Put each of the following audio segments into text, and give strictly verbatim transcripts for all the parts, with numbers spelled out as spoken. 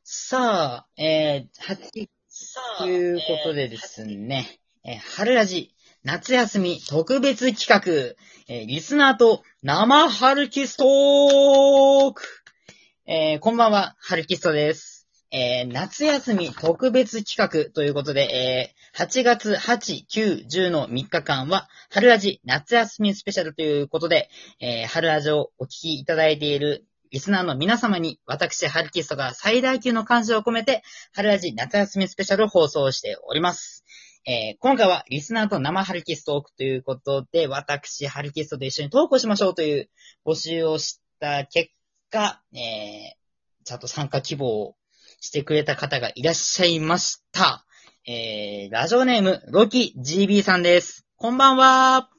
さあ、えー、はち、ということでですね、えー春ラジ、夏休み特別企画、えーリスナーと生春キストーク、えーこんばんは、春キストです。えー夏休み特別企画ということで、えーはちがつはち、く、じゅうのみっかかんは、春ラジ夏休みスペシャルということで、えー春ラジをお聞きいただいているリスナーの皆様に、私、ハルキストが最大級の感謝を込めて、春ラジ夏休みスペシャルを放送しております。えー今回はリスナーと生ハルキストトークということで、私、ハルキストと一緒に投稿しましょうという募集をした結果、えーちゃんと参加希望をしてくれた方がいらっしゃいました。えー、ラジオネーム、ロキ ジービー さんです。こんばんは。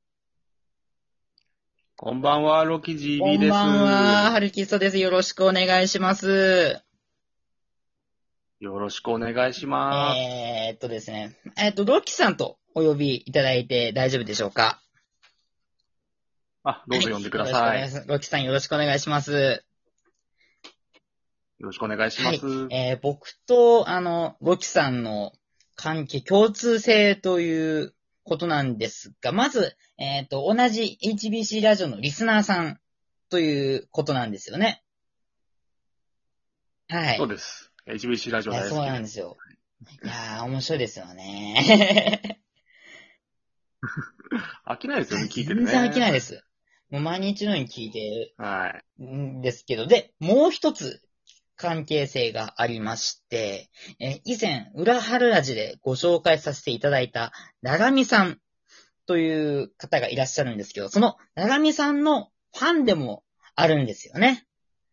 こんばんは、ロキ ジーこビー です。 んばんは、ハルキストです。よろしくお願いします。 よろしくお願いします。 えーっとですね。えーっと、ロキさんとお呼びいただいて大丈夫でしょうか？ あ、どはい。 うぞ呼んでくよださい。 ろしくお願いします。ロキさんよろしくお願いします。 よろしくお願いしはい。 ます。 えー、僕と、あの、ロキさんの関係、共通性ということなんですが、まず、えーっと、同じ エイチビーシー ラジオのリスナーさんということなんですよね。はい。 そうです。エイチビーシー ラジオいや、そう大好きで。 なんですよ。いやー、面白いですよね。 飽きないですよね、聞いてて全然飽きね。 ないです。もう毎日のように聞いてはい。 るんですけど、で、もう一つ関係性がありまして、えー以前、裏春ラジでご紹介させていただいた、長見さんという方がいらっしゃるんですけど、その長見さんのファンでもあるんですよね。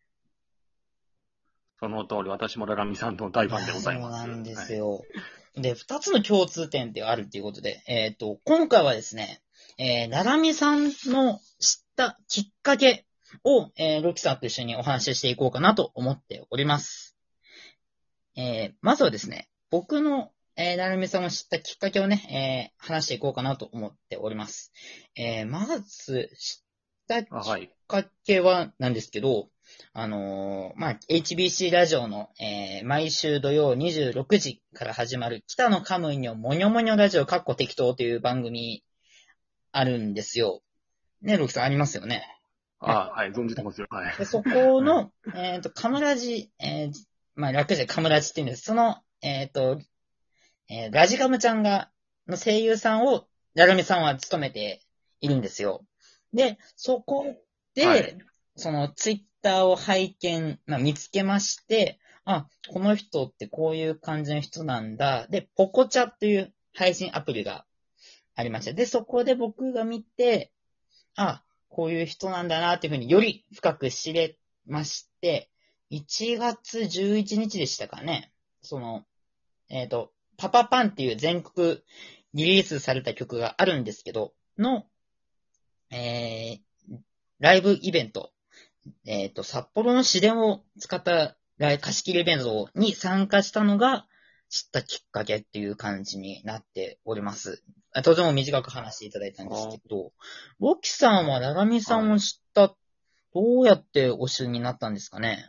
その通り、私もララミさんの大いやー、 ファンでごそざいます。 うなんではい。 すよ。で、二つの共通点ってあるっていうことで、えっと、今回はですね、えー、ななみさんの知ったきっかけを、えー、ロキさんと一緒にお話ししていこうかなと思っております。えー、まずはですね、僕の、えー、ななみさんを知ったきっかけをね、えー、話していこうかなと思っております。えー、まず、知ったきあ、はっい。 かけはなんですけど、あのーまあ、エイチビーシー ラジオの、えー、毎週土曜にじゅうろくじから始まる北のカムイのもにょもにょラジオかっこ適当という番組あるんですよ。ね、ロキさんありますよね。はい。 あ、はい、存じてますよ。はい。 で、そこはい。 の、えっと、カムラジ、えー、まあ、略してカムラジって言うんです。その、えっと、えーラジカムちゃんが、の声優さんを、ラルミさんは務めているんですよ。で、そこはい。 で、そのツイッターを拝見、まあ、見つけまして、あ、この人ってこういう感じの人なんだ。で、ポコチャっていう配信アプリがありました。で、そこで僕が見て、あ、こういう人なんだなっていうふうにより深く知れまして、いちがつじゅういちにちでしたかね。その、えっと、パパパンっていう全国リリースされた曲があるんですけど、の、えー、ライブイベント、えっと、札幌の市電を使ったライ貸し切りイベントに参加したのが知ったきっかけっていう感じになっております。あとても短く話していただいたんですあ、 けど、ロキさんはララミさんをはい。 知った、どうやってお知りになったんですかね？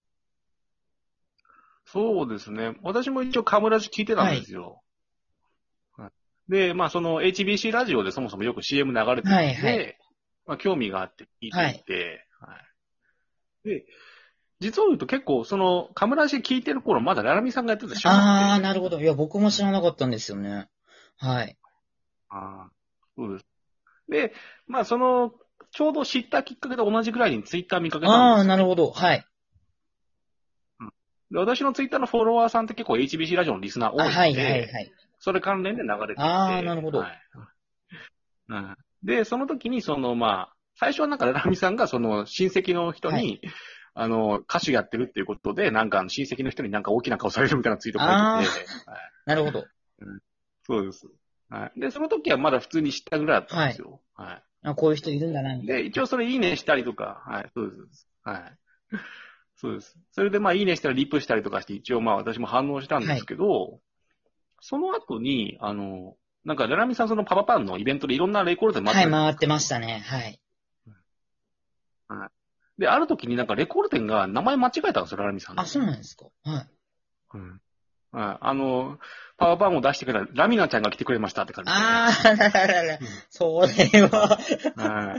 そうですね。私も一応カムラジ聞いてたんはい。 ですよ。はい。で、まあ、その エイチビーシー ラジオでそもそもよく シーエム 流れてはい、はい。 るんで、まあ、興味があって聞いてはい。 いて、はい。で、実を言うと結構、その、カムラジ聞いてる頃、まだララミさんがやってたの知らなくあー、 て、 なるほど。いや、僕もはい。 知らなかったんですよね。はい。 ああ、そうです。で、まあ、その、ちょうど知ったきっかけで同じぐらいにツイッター見かけたんであー、 すよ。 なるほど。 はい。 はい。 うん。で、私のツイッターのフォロワーさんって結構 エイチビーシー ラジオのリスナーあ、 多いはい、はい、 んで、 はい。 それ関連で流れてきあー、なるて、 ほど。 はい。うん。で、その時に、その、まあ、最初はなんかララミさんが、その、親戚の人はい。 に、あの、歌手やってるっていうことで、なんか、親戚の人になんか大きな顔されるみたいなツイート書いてあー、 て、はい。 なるほど。 うん。そうです。はい。で、その時はまだ普通に知ったぐらいだったんはい。 ですよ。はあ、こういう人いるんだな、みい。 たいで、一応それいいねしたりとか、はい、そうです。はい。そうです。それでまあいいねしたらリップしたりとかして、一応まあ私も反応したんな。はですい。 けど、その後に、あの、なんか、ララミさんそのパパパンのイベントでいろんなレコードで回っはい、 てたじゃない回ってですか。 ましたね。はい。 はい。 で、ある時になんかレコード店が名前間違えたんですよ、ララミさんの。 あ、そうなんですか。はい。 うん。はい。あの、パワーバンを出してくれたラミナちゃんが来てくれましたって感じで。 あー、らららら、 うん。 それは、 はい。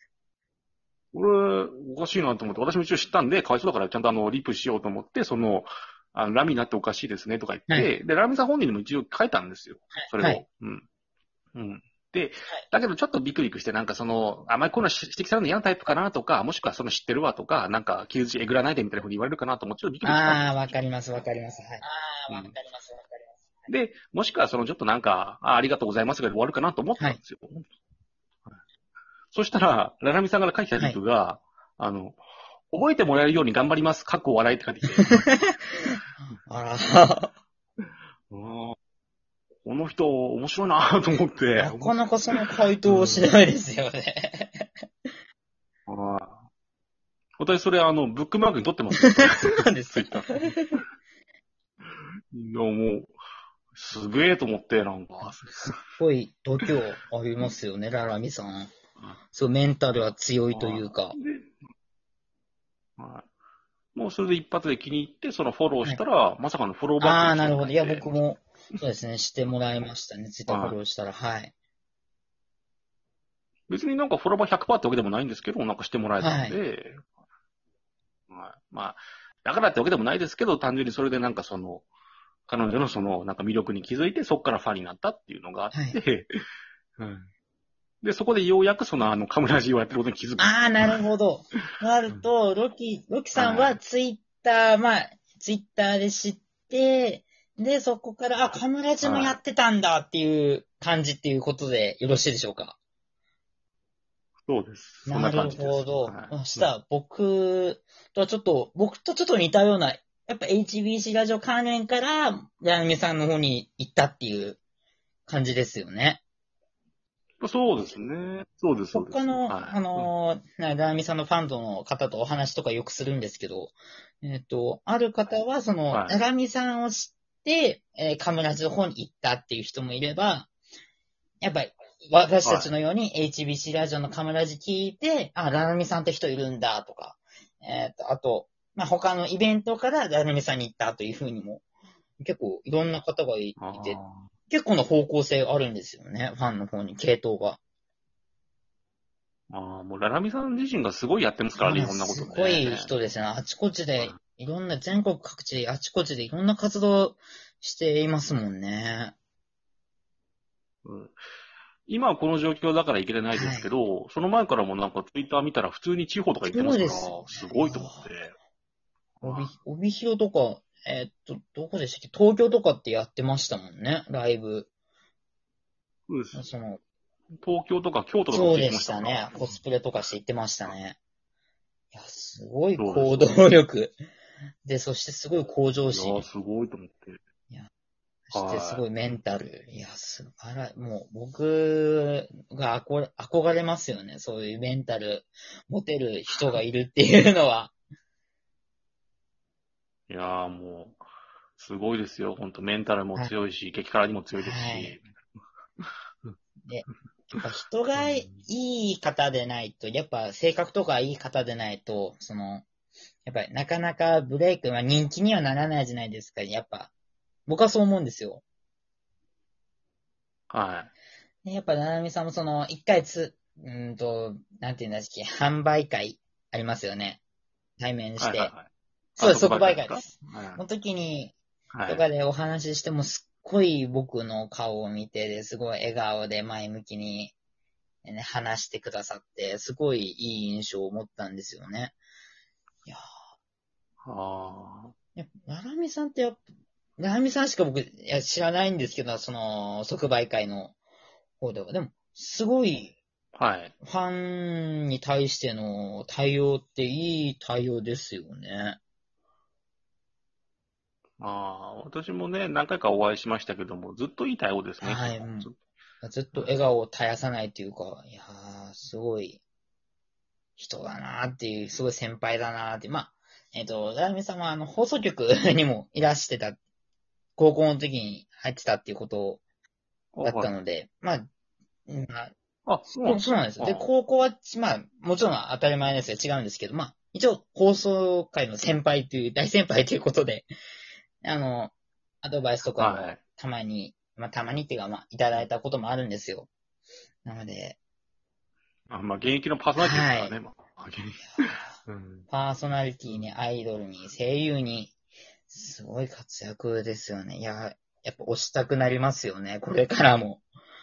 俺、おかしいなと思って、私も一応知ったんで、かわいそうだからちゃんとあの、リプしようと思って、その、あの、ラミナっておかしいですねとか言っはい。 て、で、ラミさん本人にも一応書いたんですよ。それを。 はい。 うん。うん。で、だけどちょっとビクビクして、なんかその、あまりこんな指摘されるの嫌なタイプかなとか、もしくはその知ってるわとか、なんか、傷つえぐらないでみたいな風に言われるかなと思って、ちょっとビクビクしたんであー、 すよ。 わかります、わかります。はい。 うん。で、もしくはそのちょっとなんか、あ、ありがとうございますが終わるかなと思ってはい。 たんですよ。そしたら、ララミさんから書いてたはい。 リプが、あの、覚えてもらえるように頑張ります。かっこ笑いって書いてきて。 あら、 うんこの人、面白いなと思って。 なかなかその回うん。 答をしないですよね。 はい私、それ、あの、ブックマークに取ってますよ、それ。 そうなんですか。 ツイッター。いや、もう、すげえと思って、なんか。 すっごい度胸ありますよね、ララミさん。そう、メンタルは強いというか。 で、はい、もうそれで一発で気に入って、そのフォローはい。 したら、まさかのフォローバックああ、 もしてなるほど。いや、 いただいて、 僕も、そうですね、してもらいましたね。ツイッターフォはい、 ローしたら。はい。 別になんかフォローバーひゃくパーセントってわけでもないんですけど、なんかしてもらえたはい。 んで、はい、まあ、だからってわけでもないですけど、単純にそれでなんかその、彼女のその、なんか魅力に気づいて、そこからファンになったっていうのがあっはい。 て、うんで、そこでようやくその、あの、カムラジをやってることに気づくってああ、 いう。 なるほど。なるうんと、ロキ、ロキさんははい。 ツイッター、まあ、ツイッターで知って、で、そこから、あ、カムラジもやはい。 ってたんだっていう感じっていうことでよろしいでしょうか。 そうです。そんななる感じです。 ほど。 はい。 そしうん。 たら、僕とはちょっと、僕とちょっと似たような、やっぱ エイチビーシー ラジオ関連から、ヤミさんの方に行ったっていう感じですよね。 そうですね。そうです、そうです。 他の、あはい。うん。 の、なラーミさんのファンドの方とお話とかよくするんですけど、えっと、ある方は、その、 はい。 ラーミさんを知って、えーカムラジの方に行ったっていう人もいれば、やっぱり、私たはい。 ちのように エイチビーシー ラジオのカムラジ聞いて、あ、ラーミさんって人いるんだとか、えっと、あと、まあ、他のイベントからラーミさんに行ったというふうにも、結構いろんな方がいいて、 あ結構の方向性あるんですよね、ファンの方に、系統が。 あ。ああ、もうララミさん自身がすごいやってますからね、いいや、 ろんなことすごいね。 人ですね。あちこちで、 はいろんな、全国各地、あちこちでいろんな活動していますもんね。 いうん、今はこの状況だからいけてないですけはい。 ど、その前からもなんかツイッター見たら普通に地方とか行ってますから、 そうですよね。 すいやごいと思って。 ー、帯、 あ帯広とか、えーっと、どこでしたっけ、東京とかってやってましたもんね、ライブ。 そうです。 その、 東京とか京都とか普そうで通行きましたから。 したね。コスプレとかして行ってましたね。いや、すごいそうです、 行そうです。 動力。で、そしてすごい向上いやー、 心。 すごいと思って。 いや、そしてすはごいメンタル。いや、素晴ら、もう僕が憧れ、憧れますよね。そういうメンタル持てる人がいるっていうのは。 い。いやー、もう、すごいですよ。ほんと、メンタルもはい。 強いし、激辛にも強いですはい。 し。 で、やっぱ人がいうん。 い方でないと、やっぱ性格とかいい方でないと、その、やっぱりなかなかブレイク、まあ人気にはならないじゃないですか。やっぱ、僕はそう思うんですよ。 はでやっぱ、ななみさんもその、一回つ、うーんと、なんていうんだっけ、販売会ありますよね。対面い。 して。 はいはいはい。あ、 そうです、 即即売会ですか売会です。 はその時に、 い。はい。 とかでお話ししても、すっごい僕の顔を見て、ですごい笑顔で前向きに、ね、話してくださって、すごいいい印象を持ったんですよね。いやあー、やっぱ、ななみさんってやっぱ、ななみさんしか僕、いや、知らないんですけど、その、即売会の方では。でも、すごい、 あ。はい。 ファンに対しての対応っていい対応ですよね。 ああ、私もね、何回かお会いしましたけども、ずっといい対応ですね、基はい、う本。 ん。 ずずっと笑うん顔を絶やさないというか、いやー、すごい人だなーっていう、すごい先輩だなーって。まあ、えっ、と、ラーメンさんはあの放送局にもいらしてた、高校の時に入ってたっていうことあ、 だっはい。 たので、まあ、まあ、 あ、そうなんですか。 そうそうなんですよ。で、 あ高校は、まあ、もちろん当たり前ですよ。違うんですけど、まあ、 一応放送界の先輩という、大先輩ということで、あの、アドバイスとかもはい。 たまに、まあたまにっていうかまあいただいたこともあるんですよ。なので、 あまあ、現役のパーソナリティですからね。 はい。 まあ、現役うん。 パーソナリティに、アイドルに、声優に、すごい活躍ですよね。いや、やっぱ推したくなりますよね、これからも。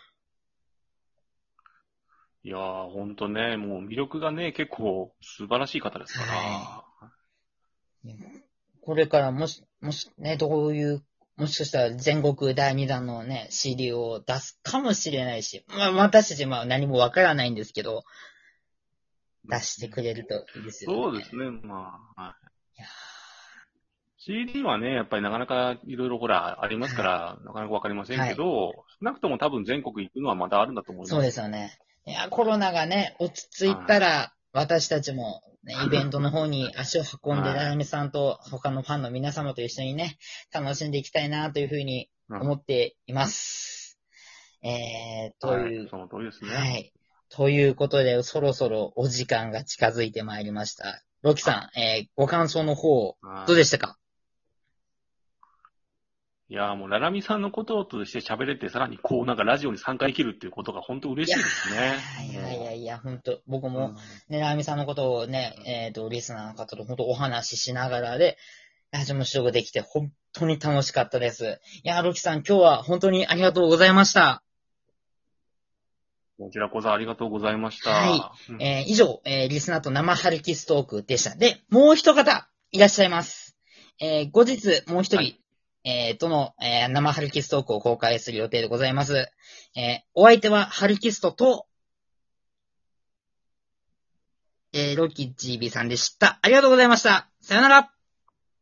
いやー、ほんとね、もう魅力がね、結構素晴らしい方ですかはら。 い。いやこれからもし、もしね、どういう、もしかしたら全国だいにだんのね、シーディー を出すかもしれないし、まあ私たちは何もわからないんですけど、出してくれるといいですよね。 そうですね、まあ。はいいやシーディー はね、やっぱりなかなかいろいろほら、ありますかはい。 ら、なかなかわかりませんはい。 けど、少なくとも多分全国行くのはまだあるんだと思いそうますよ。 ですよね。いや、コロナがね、落ち着いたはら、私たちも、ね、イベントの方に足をい。 運んで、 はい。 ななみさんと他のファンの皆様と一緒にね、楽しんでいきたいなというふうにうん思っています。えー、とはい。 いう、 その通りですね。 はい。ということで、そろそろお時間が近づいてまいりました。ロキさん、えー、ご感想の方、どうはい。 でしたか？ いやーもう、ララミさんのこととして喋れて、さらにこう、なんかラジオに参加できるっていうことが本当いや嬉しいですね。 ー、いやいやもいや、本当僕う。うも、 ん。 ね、ななみさんのことをね、えっと、リスナーの方と本当お話ししながらで、ラジオの収録できて本当に楽しかったです。いやー、ロキさん、今日は本当にありがとうございました。 こちらこそありがとうございましはい。 た。うん。 えー、以上、えー、リスナーと生ハルキストークでした。で、もう一方いらっしゃいます。えー、後日、もう一人、 はい。 えー、との、えー、生ハルキストークを公開する予定でございます。えー、お相手はハルキストと、えー、ロキジービーさんでした。ありがとうございました。さよなら。